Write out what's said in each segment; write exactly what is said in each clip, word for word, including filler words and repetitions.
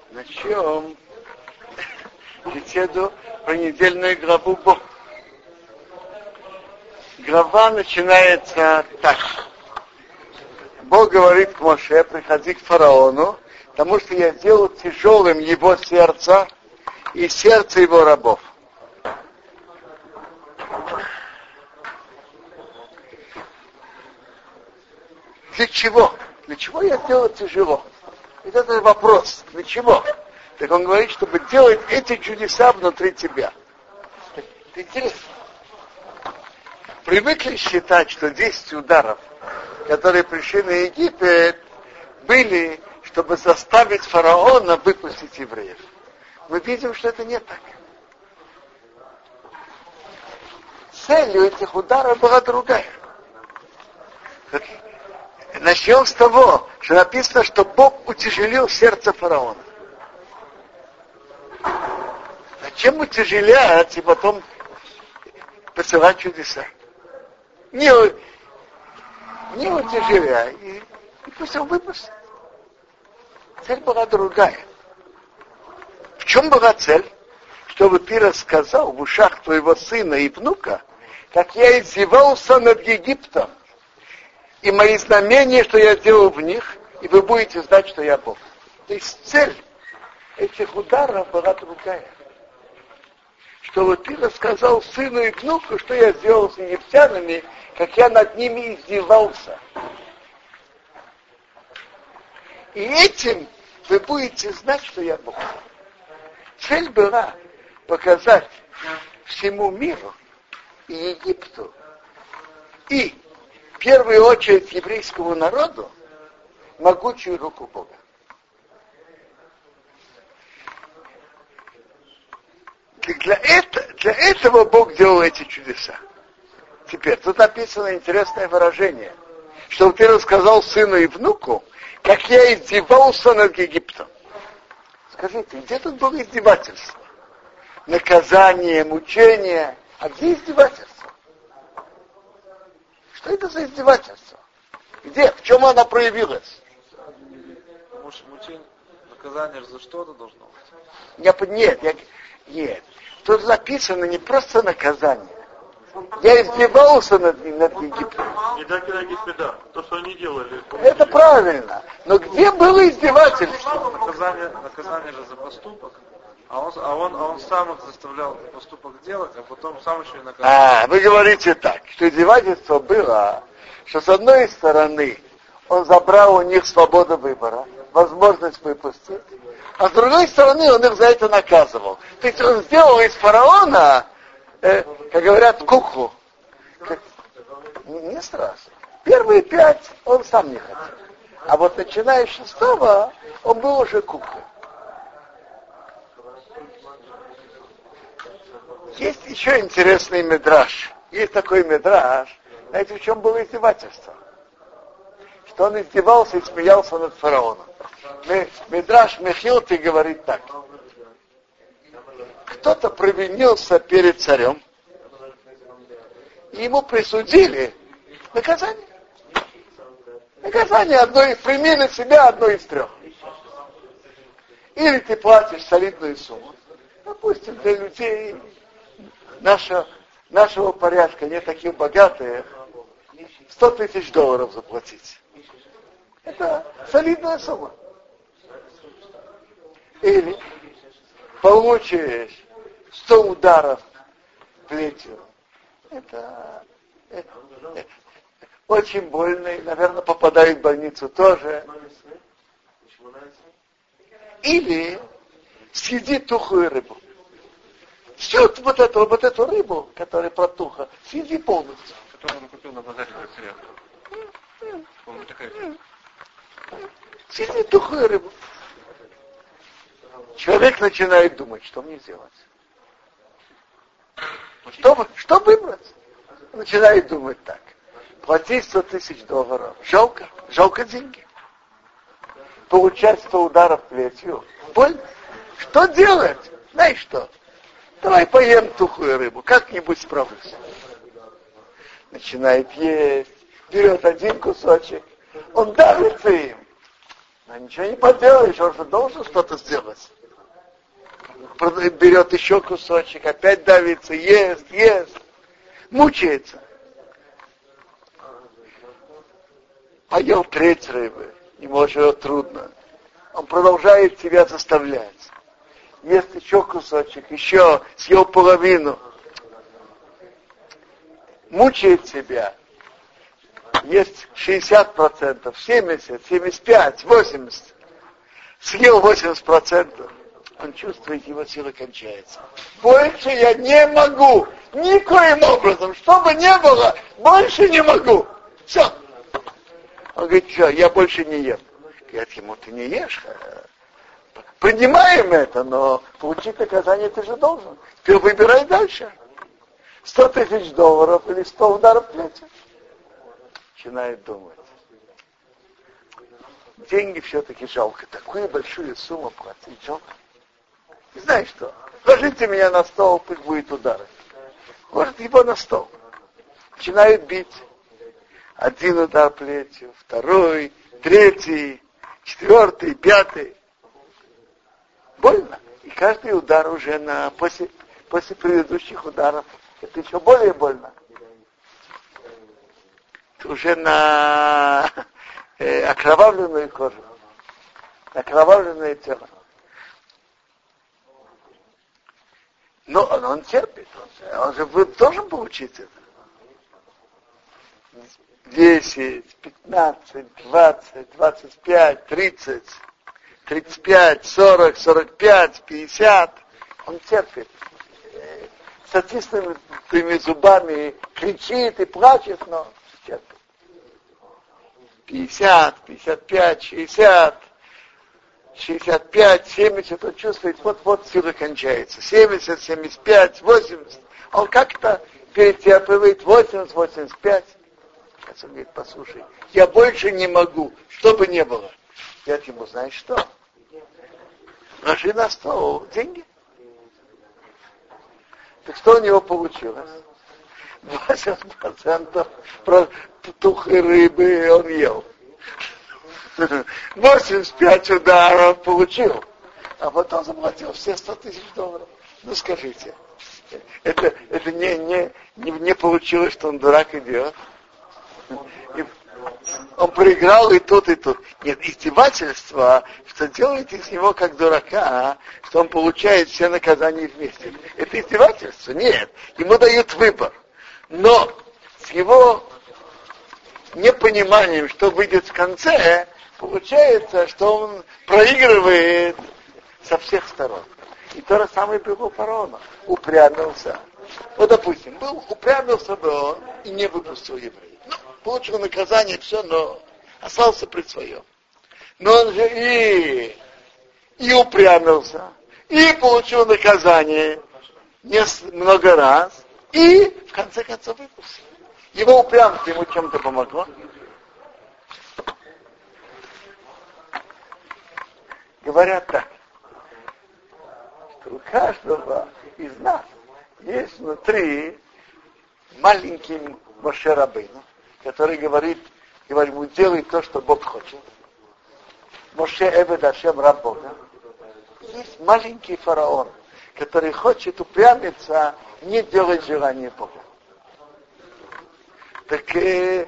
Начнем беседу про недельную главу Бог. Глава начинается так. Бог говорит к Моше: приходи к фараону, потому что я сделал тяжелым его сердце и сердце его рабов. Для чего? Для чего я сделал тяжело? Вот это вопрос. Для чего? Так он говорит, чтобы делать эти чудеса внутри тебя. Это интересно. Привыкли считать, что десять ударов, которые пришли на Египет, были, чтобы заставить фараона выпустить евреев. Мы видим, что это не так. Целью этих ударов была другая. Начнем с того, что написано, что Бог утяжелил сердце фараона. Зачем утяжелять и потом посылать чудеса? Не, не утяжеляй, и, и пусть он выпустит. Цель была другая. В чем была цель? Чтобы ты рассказал в ушах твоего сына и внука, как я издевался над Египтом, и мои знамения, что я делал в них, и вы будете знать, что я Бог. То есть цель этих ударов была другая. Чтобы ты рассказал сыну и внуку, что я сделал с египтянами, как я над ними издевался. И этим вы будете знать, что я Бог. Цель была показать всему миру и Египту, и в первую очередь еврейскому народу, могучую руку Бога. Для, это, для этого Бог делал эти чудеса. Теперь, тут написано интересное выражение, чтобы ты рассказал сыну и внуку, как я издевался над Египтом. Скажите, где тут было издевательство? Наказание, мучение. А где издевательство? Что это за издевательство? Где? В чем она проявилась? Может, мучение, наказание за что-то должно быть? Я, нет, я, нет. Тут написано не просто наказание. Я издевался над, над Египтом. Не дать беда. То, что они делали. Это правильно. Но где было издевательство? Наказание, наказание же за поступок. А он, а, он, а он сам их заставлял поступок делать, а потом сам еще и наказал. А, вы говорите так, что издевательство было, что с одной стороны он забрал у них свободу выбора, возможность выпустить, а с другой стороны он их за это наказывал. То есть он сделал из фараона, э, как говорят, куклу. Как... Не страшно. Первые пять он сам не хотел. А вот начиная с шестого, он был уже куклой. Есть еще интересный мидраш. Есть такой мидраш. Знаете, в чем было издевательство? Что он издевался и смеялся над фараоном. Мидраш Мехилты говорит так. Кто-то провинился перед царем, и ему присудили наказание. Наказание одно из, прими на себя одно из трех. Или ты платишь солидную сумму. Допустим, для людей нашего, нашего порядка, не таких богатых, сто тысяч долларов заплатить. Это солидная сумма. Или получишь сто ударов плетью. Это, это, это очень больно, и, наверное, попадают в больницу тоже. Или съеди тухлую рыбу. Все вот эту, вот эту рыбу, которая протухла, съеди полностью. Которую он купил на базаре для царя. По-моему, такая. Съеди тухлую рыбу. Человек начинает думать, что мне делать. Что, что выбрать? Начинает думать так. Платить сто тысяч долларов. Жалко. Жалко деньги. Получать сто ударов плетью. Больно. Что делать? Знаешь что? Давай поем тухлую рыбу. Как-нибудь справлюсь. Начинает есть. Берет один кусочек. Он давится им. Но ничего не поделаешь, он же должен что-то сделать. Берет еще кусочек, опять давится, ест, ест, мучается. Поел треть рыбы, ему уже трудно. Он продолжает себя заставлять. Ест еще кусочек, еще съел половину. Мучает себя. Есть шестьдесят процентов, семьдесят, семьдесят пять, восемьдесят. Съел восемьдесят процентов. Он чувствует, его сила кончается. Больше я не могу. Никоим образом. Что бы ни было, больше не могу. Все. Он говорит, что, я больше не ем. Говорят ему, ты не ешь. Принимаем это, но получить наказание ты же должен. Ты выбирай дальше. Сто тысяч долларов или сто ударов в плечи. Начинает думать. Деньги все-таки жалко. Такую большую сумму платить жалко. Не знаю что. Ложите меня на стол, пусть будет удар. Ложит его на стол. Начинают бить. Один удар плетью, второй, третий, четвертый, пятый. Больно. И каждый удар уже на, после, после предыдущих ударов, это еще более больно. Это уже на э, окровавленную кожу, на окровавленное тело. Но он, он терпит, он, он же должен получить это. десять, пятнадцать, двадцать, двадцать пять, тридцать, тридцать пять, сорок, сорок пять, пятьдесят. Он терпит. С стиснутыми зубами кричит и плачет, но терпит. пятьдесят, пятьдесят пять, шестьдесят, шестьдесят пять, семьдесят. Он чувствует, вот-вот сила кончается. семьдесят, семьдесят пять, восемьдесят. Он как-то перетерпывает восемьдесят, восемьдесят пять. Сейчас он говорит, послушай, я больше не могу, что бы ни было. Я ему, знаешь что? Ложи на стол деньги. Так что у него получилось? восемьдесят процентов тухлой рыбы он ел. восемьдесят пять ударов получил. А потом заплатил все сто тысяч долларов. Ну скажите, это, это не, не, не, не получилось, что он дурак идет. И он проиграл и тут, и тут. Нет, издевательство, что делает из него как дурака, что он получает все наказания вместе. Это издевательство? Нет. Ему дают выбор. Но с его непониманием, что выйдет в конце, получается, что он проигрывает со всех сторон. И то же самое было у фараона. Упрямился. Вот, допустим, был, упрямился бы он и не выпустил евреев. Ну, получил наказание, все, но остался при своем. Но он же и, и упрямился, и получил наказание не много раз, и в конце концов выпустил. Его упрямство ему чем-то помогло. Говорят так, что у каждого из нас есть внутри маленький Моше Рабейну, который говорит, говорит, ему делай то, что Бог хочет. Моше Эвед Ашем раб Бога. Есть маленький фараон, который хочет упрямиться, не делать желание Бога. Так, э,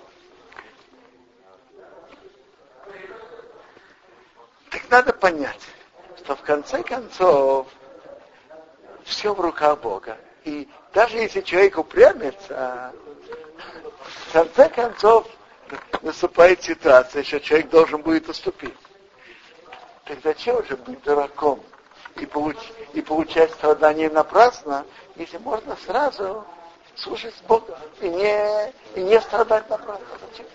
так надо понять, что в конце концов все в руках Бога. И даже если человек упрямится, в конце концов наступает ситуация, что человек должен будет уступить. Так зачем же быть дураком и, получ, и получать страдания напрасно, если можно сразу слушать Бога и не, и не страдать напрасно? Зачем?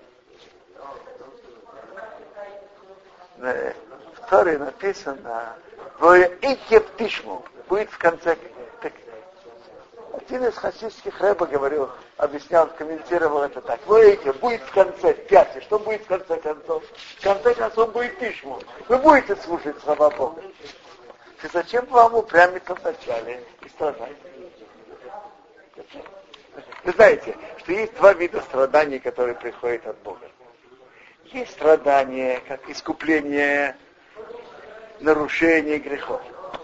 В Торе написано, будет в конце. Так, один из хасидских рэба говорил, объяснял, комментировал это так. Воите, будет в конце, в пяти. Что будет в конце концов? В конце концов будет тишму. Вы будете слушать слова Бога. И зачем вам упрямиться вначале и страдать? Зачем? Вы знаете, что есть два вида страданий, которые приходят от Бога. есть страдания, как искупление нарушений грехов.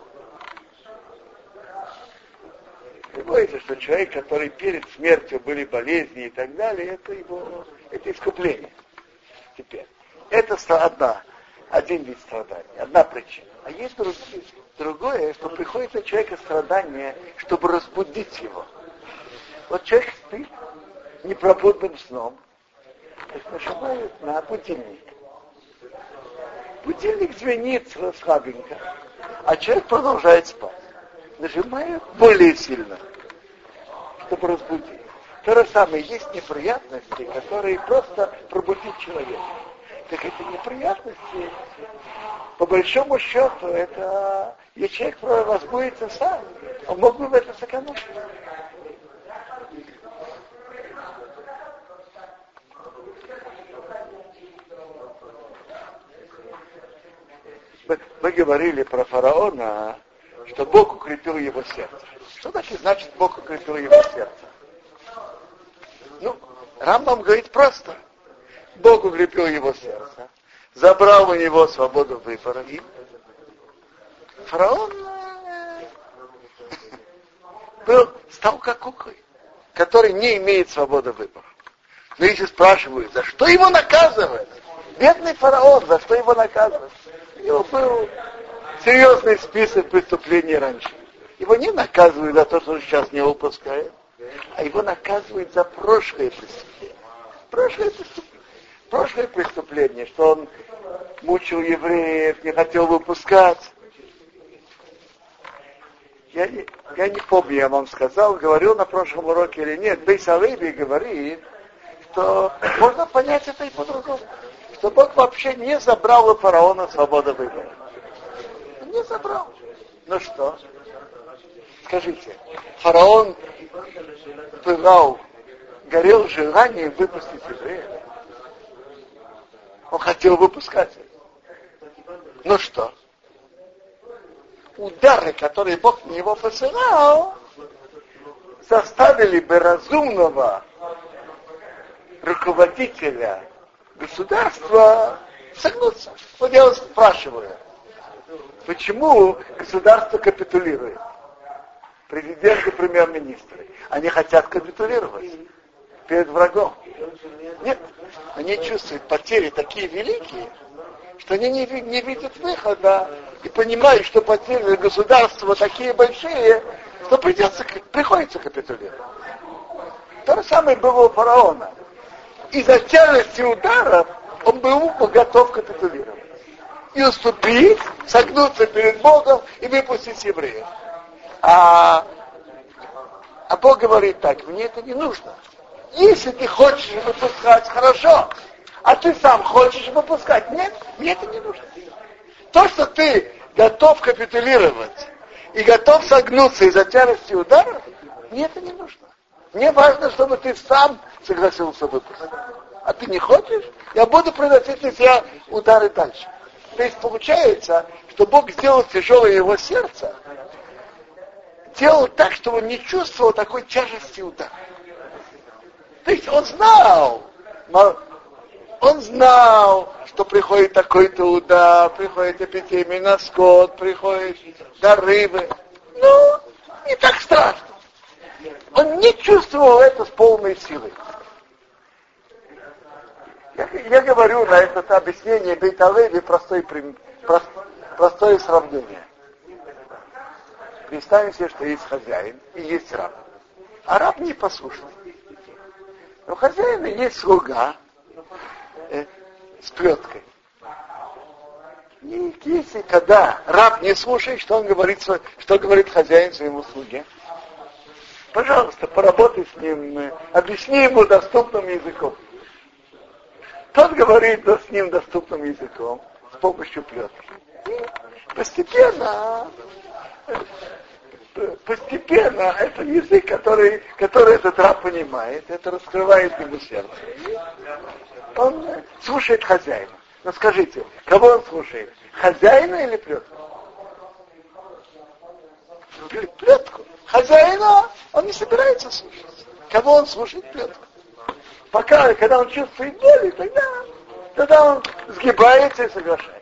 Говорится, что человек, который перед смертью были болезни и так далее, это его, это искупление. Теперь. Это одна, один вид страдания, одна причина. А есть другие, другое, что приходит на человека страдание, чтобы разбудить его. Вот человек спит непробудным сном, то есть нажимают на будильник. Будильник звенит слабенько, а человек продолжает спать. Нажимают более сильно, чтобы разбудить. То же самое, есть неприятности, которые просто пробудить человека. Так эти неприятности, по большому счету, это если человек разбудится сам, он мог бы в это сэкономить. Мы, мы говорили про фараона, что Бог укрепил его сердце. Что такое значит Бог укрепил его сердце? Ну, Рамбам говорит просто. Бог укрепил его сердце, забрал у него свободу выбора. И фараон был, стал как куклой, который не имеет свободы выбора. Но если спрашивают, за что его наказывают? Бедный фараон, за что его наказывают? У него был серьезный список преступлений раньше. Его не наказывают за то, что он сейчас не выпускает, а его наказывают за прошлое преступление. Прошлое преступление. Прошлое преступление, что он мучил евреев, не хотел выпускать. Я не, я не помню, я вам сказал, говорил на прошлом уроке или нет. Бейс Алеви говорит, что можно понять это и по-другому. Что Бог вообще не забрал у фараона свободу выбора. Он не забрал. Ну что? Скажите, фараон пылал, горел желанием выпустить евреев. Он хотел выпускать. Ну что? Удары, которые Бог на него посылал, заставили бы разумного руководителя государства согнуться. Вот я вас спрашиваю, почему государство капитулирует? Президент и премьер-министры. Они хотят капитулировать перед врагом. Нет, они чувствуют потери такие великие, что они не, не видят выхода и понимают, что потери для государства такие большие, что придется, приходится капитулировать. То же самое было у фараона. Из-за тяжести ударов он был готов капитулировать. И уступить, согнуться перед Богом и выпустить евреев. А, а Бог говорит так, мне это не нужно. Если ты хочешь выпускать, хорошо. А ты сам хочешь выпускать? Нет, мне это не нужно. То, что ты готов капитулировать и готов согнуться из-за тяжести ударов, мне это не нужно. Мне важно, чтобы ты сам согласился выпустить. А ты не хочешь? Я буду приносить на себя удары дальше. То есть получается, что Бог сделал тяжелое его сердце, делал так, чтобы он не чувствовал такой тяжести удара. То есть он знал, он знал, что приходит такой-то удар, приходит эпидемия на скот, приходит на рыбы. Ну, не так страшно. Он не чувствовал это с полной силой. Я, я говорю на это объяснение Бейт Алеви простое, простое сравнение. Представим себе, что есть хозяин и есть раб. А раб не послушный. У хозяина есть слуга э, с плеткой. И если когда раб не слушает, что он говорит, что говорит хозяин своему слуге, пожалуйста, поработай с ним, э, объясни ему доступным языком. Тот говорит да, с ним доступным языком с помощью плетки. И постепенно Постепенно это язык, который, который этот раб понимает, это раскрывает ему сердце. Он слушает хозяина. Но скажите, кого он слушает? Хозяина или плетку? Плетку. Хозяина он не собирается слушать. Кого он слушает? Плетку. Пока, когда он чувствует боль, тогда, тогда он сгибается и соглашается.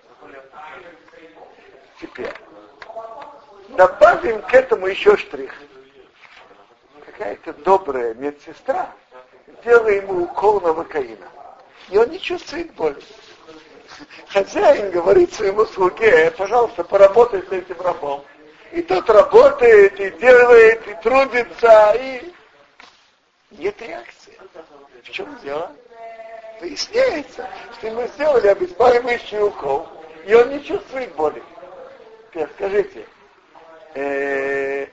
Теперь добавим к этому еще штрих. Какая-то добрая медсестра делала ему укол новокаина. И он не чувствует боли. Хозяин говорит своему слуге: пожалуйста, поработай с этим рабом. И тот работает, и делает, и трудится, и нет реакции. В чем дело? Выясняется, что ему сделали обезболивающий укол, и он не чувствует боли. Теперь скажите, э-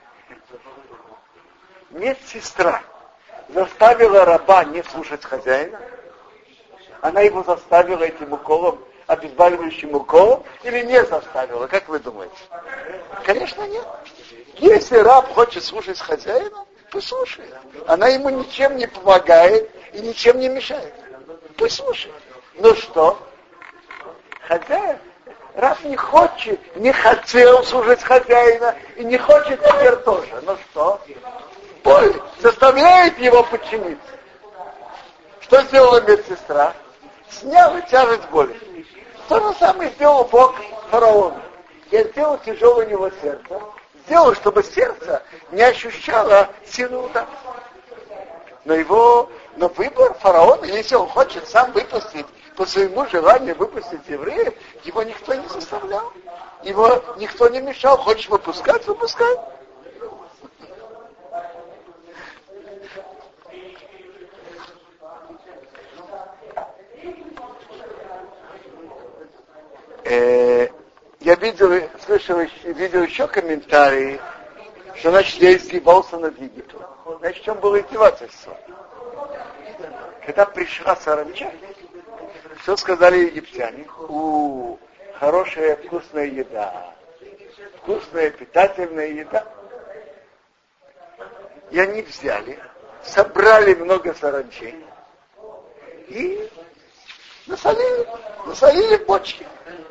медсестра заставила раба не слушать хозяина? Она его заставила этим уколом, обезболивающим уколом, или не заставила? Как вы думаете? Конечно, нет. Если раб хочет слушать хозяина, пусть слушает. Она ему ничем не помогает и ничем не мешает. Пусть слушает. Ну что? Хозяин, раб не хочет, не хотел слушать хозяина и не хочет теперь тоже. Ну что? Боль заставляет его подчиниться. Что сделала медсестра? Сняла тяжесть боли. То же самое сделал Бог фараону. Я сделал тяжелое у него сердце. Сделал, чтобы сердце не ощущало силу удара. Но его, но выбор фараона, если он хочет сам выпустить, по своему желанию выпустить евреев, его никто не заставлял. Его никто не мешал. Хочешь выпускать, выпускай. Я видел, слышал, видел еще комментарии, что, значит, я издевался над Египтом. Значит, в чем было издевательство? Когда пришла саранча, что сказали египтяне? У, хорошая вкусная еда, вкусная питательная еда. И они взяли, собрали много саранчей и насолили, насолили в бочки.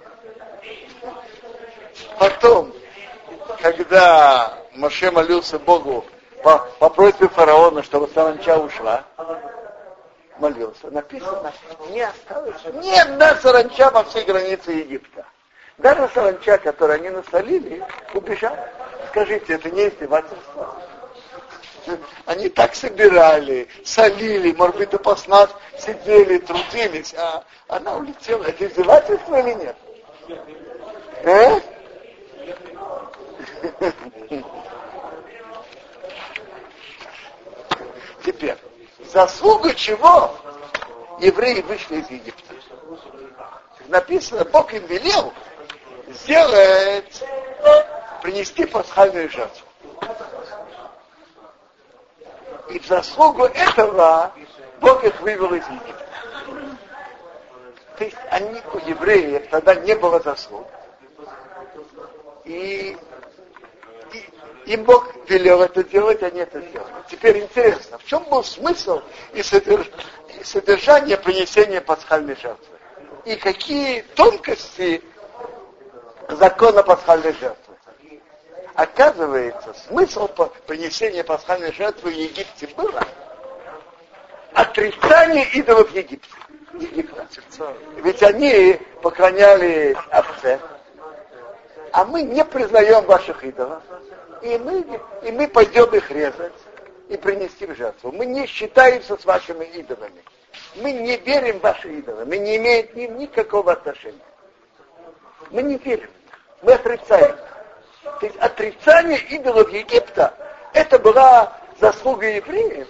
Потом, когда Моше молился Богу по, по просьбе фараона, чтобы саранча ушла, молился, написано, не осталось ни одна саранча во всей границе Египта. Даже саранча, которую они насолили, убежала. Скажите, это не издевательство? Они так собирали, солили, может быть, допоздна сидели, трудились, а она улетела. Это издевательство или нет? Э? Теперь, заслуга чего евреи вышли из Египта? Написано, Бог им велел сделать, принести пасхальную жертву. И в заслугу этого Бог их вывел из Египта. То есть они, у евреев тогда не было заслуг. И, и им Бог велел это делать, они это сделали. Теперь интересно, в чем был смысл и, содерж... и содержание принесения пасхальной жертвы? И какие тонкости закона пасхальной жертвы? Оказывается, смысл принесения пасхальной жертвы в Египте было отрицание идолов Египта. Египта. Ведь они поклонялись овце, а мы не признаем ваших идолов, и мы, и мы пойдем их резать и принести в жертву. Мы не считаемся с вашими идолами. Мы не верим в ваши идолы. Мы не имеем к ним никакого отношения. Мы не верим. Мы отрицаем. То есть отрицание идолов Египта, это была заслуга евреев,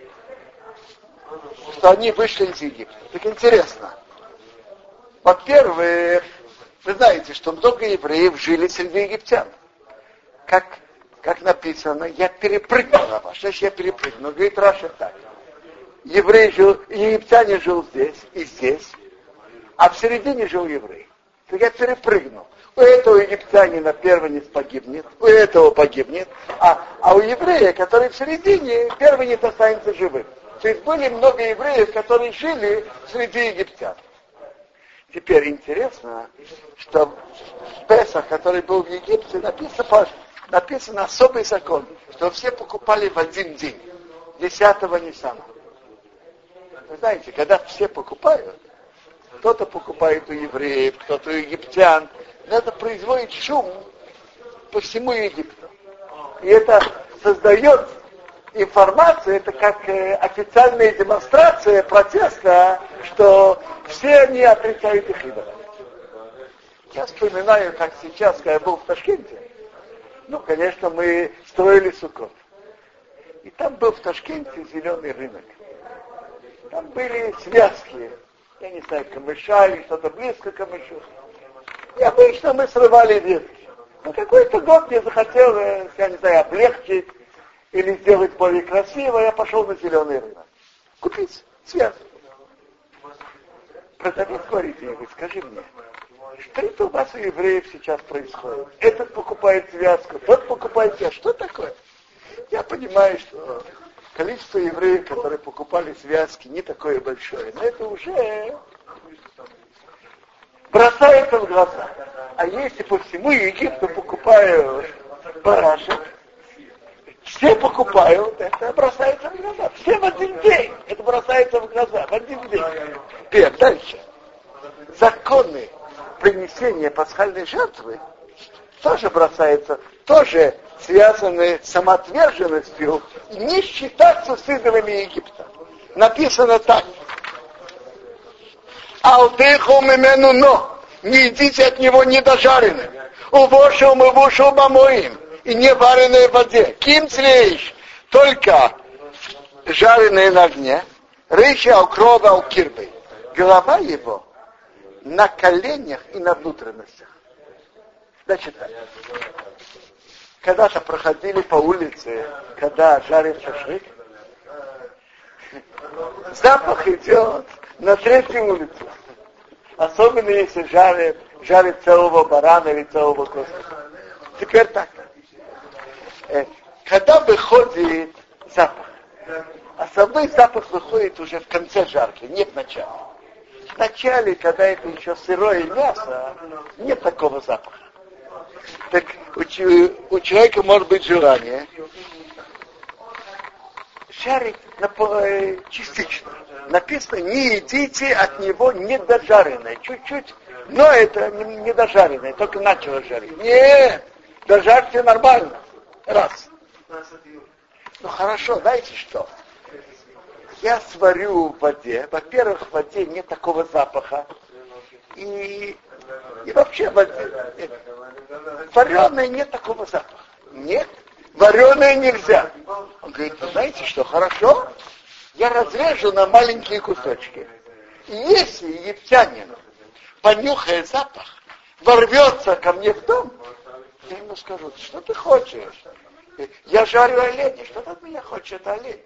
что они вышли из Египта. Так интересно. Во-первых, вы знаете, что много евреев жили среди египтян. Как, как написано, я перепрыгнул на вас. Значит, я перепрыгнул. Говорит Раша так. Еврей жил, египтянин жил здесь и здесь, а в середине жил еврей. То я перепрыгнул. У этого египтянина первенец погибнет, у этого погибнет, а, а у еврея, который в середине, первенец останется живым. То есть были много евреев, которые жили среди египтян. Теперь интересно, что в Песах, который был в Египте, написано, написано особый закон, что все покупали в один день, десятого Ниссана. Вы знаете, когда все покупают, кто-то покупает у евреев, кто-то у египтян. Это производит шум по всему Египту. И это создает информацию, это как э, официальная демонстрация протеста, что все они отрицают их идолов. Я вспоминаю, как сейчас, когда я был в Ташкенте, ну, конечно, мы строили Суккот. И там был в Ташкенте зеленый рынок. Там были связки, я не знаю, камыша или что-то близко к камышу. И обычно мы срывали ветки. Но какой-то год мне захотелось, я не знаю, облегчить или сделать более красиво, я пошел на зеленый рынок. Купить связку. Продавец говорит, я говорю, скажи мне, что это у вас у евреев сейчас происходит? Этот покупает связку, тот покупает связку. Что такое? Я понимаю, что количество евреев, которые покупали связки, не такое большое. Но это уже бросается в глаза. А если по всему Египту покупают барашек, все покупают, это бросается в глаза. Все в один день. Это бросается в глаза. В один день. Теперь, дальше. Законы принесения пасхальной жертвы тоже бросаются, тоже связаны с самоотверженностью и не считаться с идолами Египта. Написано так. Алтыхум имену но. Не едите от него недожаренным. Увошил мы вушил бамоим. И не вареные в воде. Ким црейш. Только жареные на огне. Рейши алкрова алкирбой. Голова его на коленях и на внутренностях. Значит, когда-то проходили по улице, когда жарит шашлык, запах идет на третью улицу. Особенно если жарит, жарит целого барана или целого косточка. Теперь так. Когда выходит запах, основной запах выходит уже в конце жарки, не в начале. В начале, когда это еще сырое мясо, нет такого запаха. Так у, у человека может быть желание жарить на, частично. Написано, не едите от него недожаренное, чуть-чуть, но это недожаренное, только начало жарить. Нет, дожарьте нормально. Раз. Ну хорошо, знаете что? Я сварю в воде. Во-первых, в воде нет такого запаха. И, и вообще в воде. Вареное нет такого запаха. Нет, вареное нельзя. Он говорит, ну знаете что, хорошо? Я разрежу на маленькие кусочки. И если египтянин, понюхая запах, ворвется ко мне в дом, я ему скажу, что ты хочешь? Я жарю оленя, что ты от меня хочешь, это олень?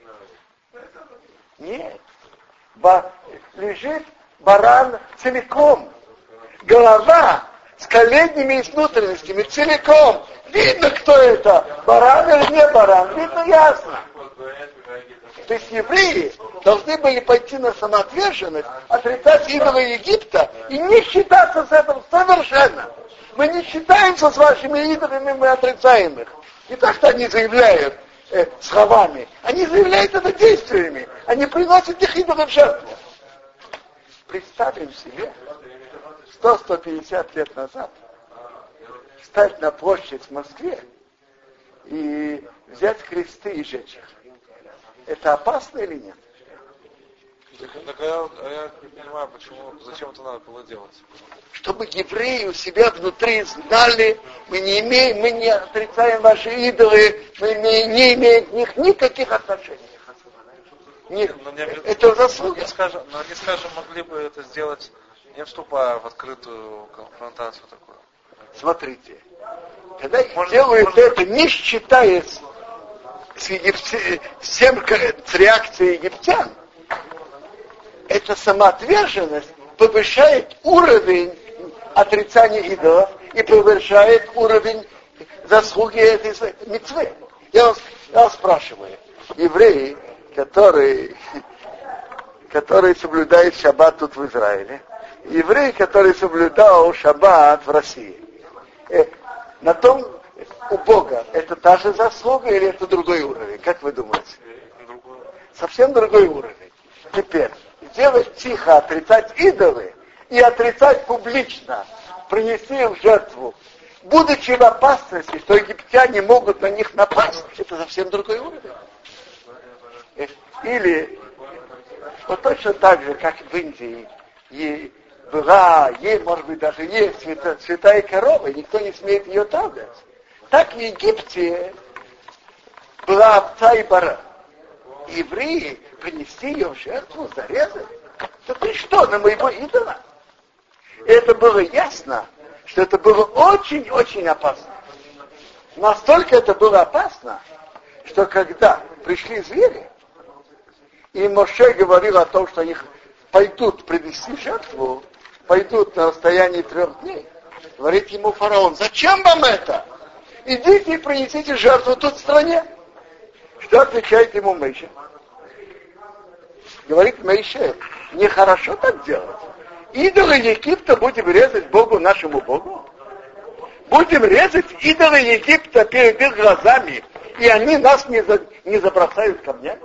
Нет. Ба- лежит баран целиком. Голова с коленями и с внутренностями целиком. Видно, кто это, баран или не баран, видно ясно. То есть евреи должны были пойти на самоотверженность, отрицать идола Египта и не считаться с этим совершенно. Мы не считаемся с вашими идолами, мы отрицаем их. Не так, что они заявляют э, словами, они заявляют это действиями. Они приносят их идолов в жертву. Представим себе, сто - сто пятьдесят лет назад встать на площадь в Москве и взять кресты и сжечь их. Это опасно или нет? Так я, я не понимаю, почему, зачем это надо было делать. Чтобы евреи у себя внутри знали, мы не имеем, мы не отрицаем ваши идолы, мы не, не имеем к них никаких отношений. Них, но не, это заслуга. Но, скажем, но они, скажем, могли бы это сделать, не вступая в открытую конфронтацию такую. Смотрите, когда может, делают может... это, не считаясь с, египте, с тем, с реакцией египтян, эта самоотверженность повышает уровень отрицания идолов и повышает уровень заслуги этой мицвы. Я вас, я вас спрашиваю, евреи, которые, которые соблюдают шаббат тут в Израиле, еврей, который соблюдал шаббат в России, э, на том у Бога это та же заслуга или это другой уровень? Как вы думаете? Совсем другой уровень. Теперь, делать тихо, отрицать идолы и отрицать публично, принести им в жертву, будучи в опасности, что египтяне могут на них напасть, это совсем другой уровень. Или вот точно так же, как в Индии, и была, ей, может быть, даже есть свята, святая корова, и никто не смеет ее трогать. Так в Египте была овца и баран. Евреи принести ее в жертву, зарезать. Да ты что, на моего идола? И это было ясно, что это было очень-очень опасно. Настолько это было опасно, что когда пришли звери, и Моше говорил о том, что они пойдут принести жертву, пойдут на расстоянии трех дней, говорит ему фараон: зачем вам это? Идите и принесите жертву тут в стране. Что отвечает ему Моше? Говорит Моше: нехорошо так делать. Идолы Египта будем резать Богу, нашему Богу? Будем резать идолы Египта перед их глазами, и они нас не, за, не забросают камнями?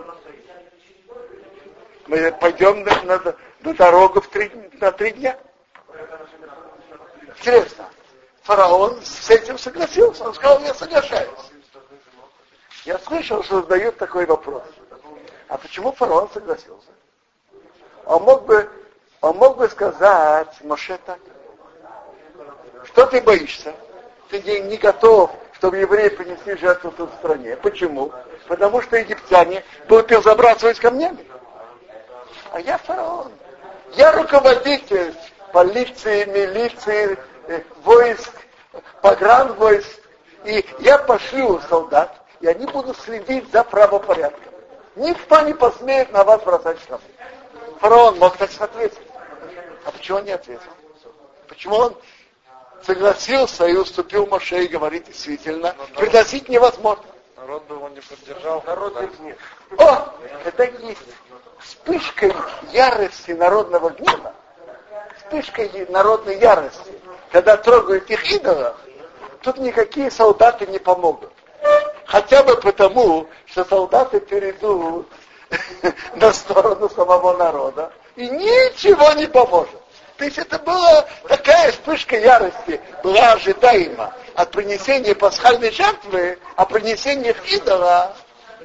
Мы пойдем на, на, на дорогу в три, на три дня. Интересно, фараон с этим согласился. Он сказал: я соглашаюсь. Я слышал, что задают такой вопрос. А почему фараон согласился? Он мог бы, он мог бы сказать Моше так: что ты боишься? Ты не, не готов, чтобы евреи принесли жертву тут в стране. Почему? Потому что египтяне будут их забрасывать камнями. А я фараон. Я руководитель полиции, милиции, войск, погранвойск. И я пошлю солдат, и они будут следить за правопорядком. Никто не посмеет на вас бросать штрафы. Фараон мог так ответить. А почему он не ответил? Почему он согласился и уступил Моше и говорит: действительно, пригласить невозможно. Народ бы его не поддержал. Народ их нет. О, это есть вспышкой ярости народного гнева, вспышкой народной ярости, когда трогают их идолов, тут никакие солдаты не помогут. Хотя бы потому, что солдаты перейдут на сторону самого народа, и ничего не поможет. То есть это была такая вспышка ярости, была ожидаема от принесения пасхальной жертвы, о принесении идола,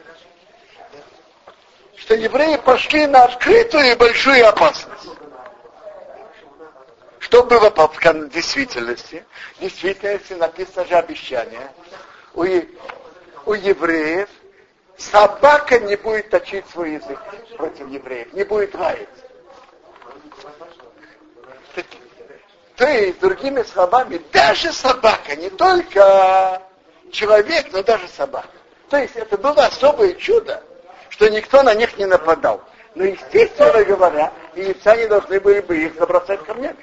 что евреи пошли на открытую и большую опасность. Что было в действительности? В действительности написано же обещание. У, у евреев собака не будет точить свой язык против евреев, не будет лаять. То есть, другими словами, даже собака, не только человек, но даже собака. То есть это было особое чудо, что никто на них не нападал. Но, естественно говоря, египтяне должны были бы их забросать камнями.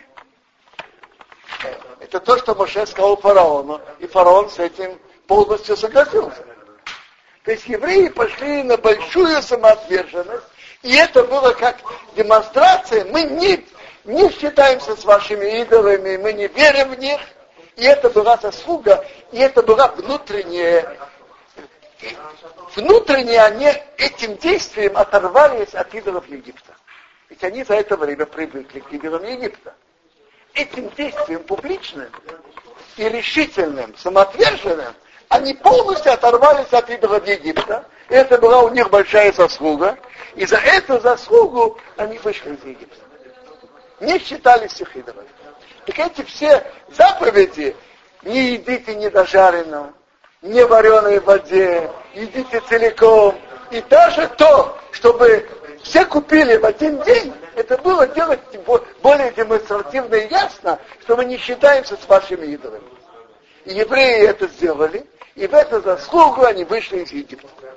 Это то, что Моше сказал фараону, и фараон с этим полностью согласился. То есть евреи пошли на большую самоотверженность, и это было как демонстрация: мы не, не считаемся с вашими идолами, мы не верим в них, и это была заслуга, и это была внутренняя, внутренне они этим действием оторвались от идолов Египта. Ведь они за это время привыкли к идолам Египта. Этим действием публичным и решительным, самоотверженным, они полностью оторвались от идолов Египта. И это была у них большая заслуга. И за эту заслугу они вышли из Египта. Не считались их идолами. Так эти все заповеди: не едите недожаренного, не вареной воде, едите целиком. И даже то, чтобы все купили в один день, это было делать более демонстративно и ясно, что мы не считаемся с вашими идолами. И евреи это сделали, и в эту заслугу они вышли из Египта.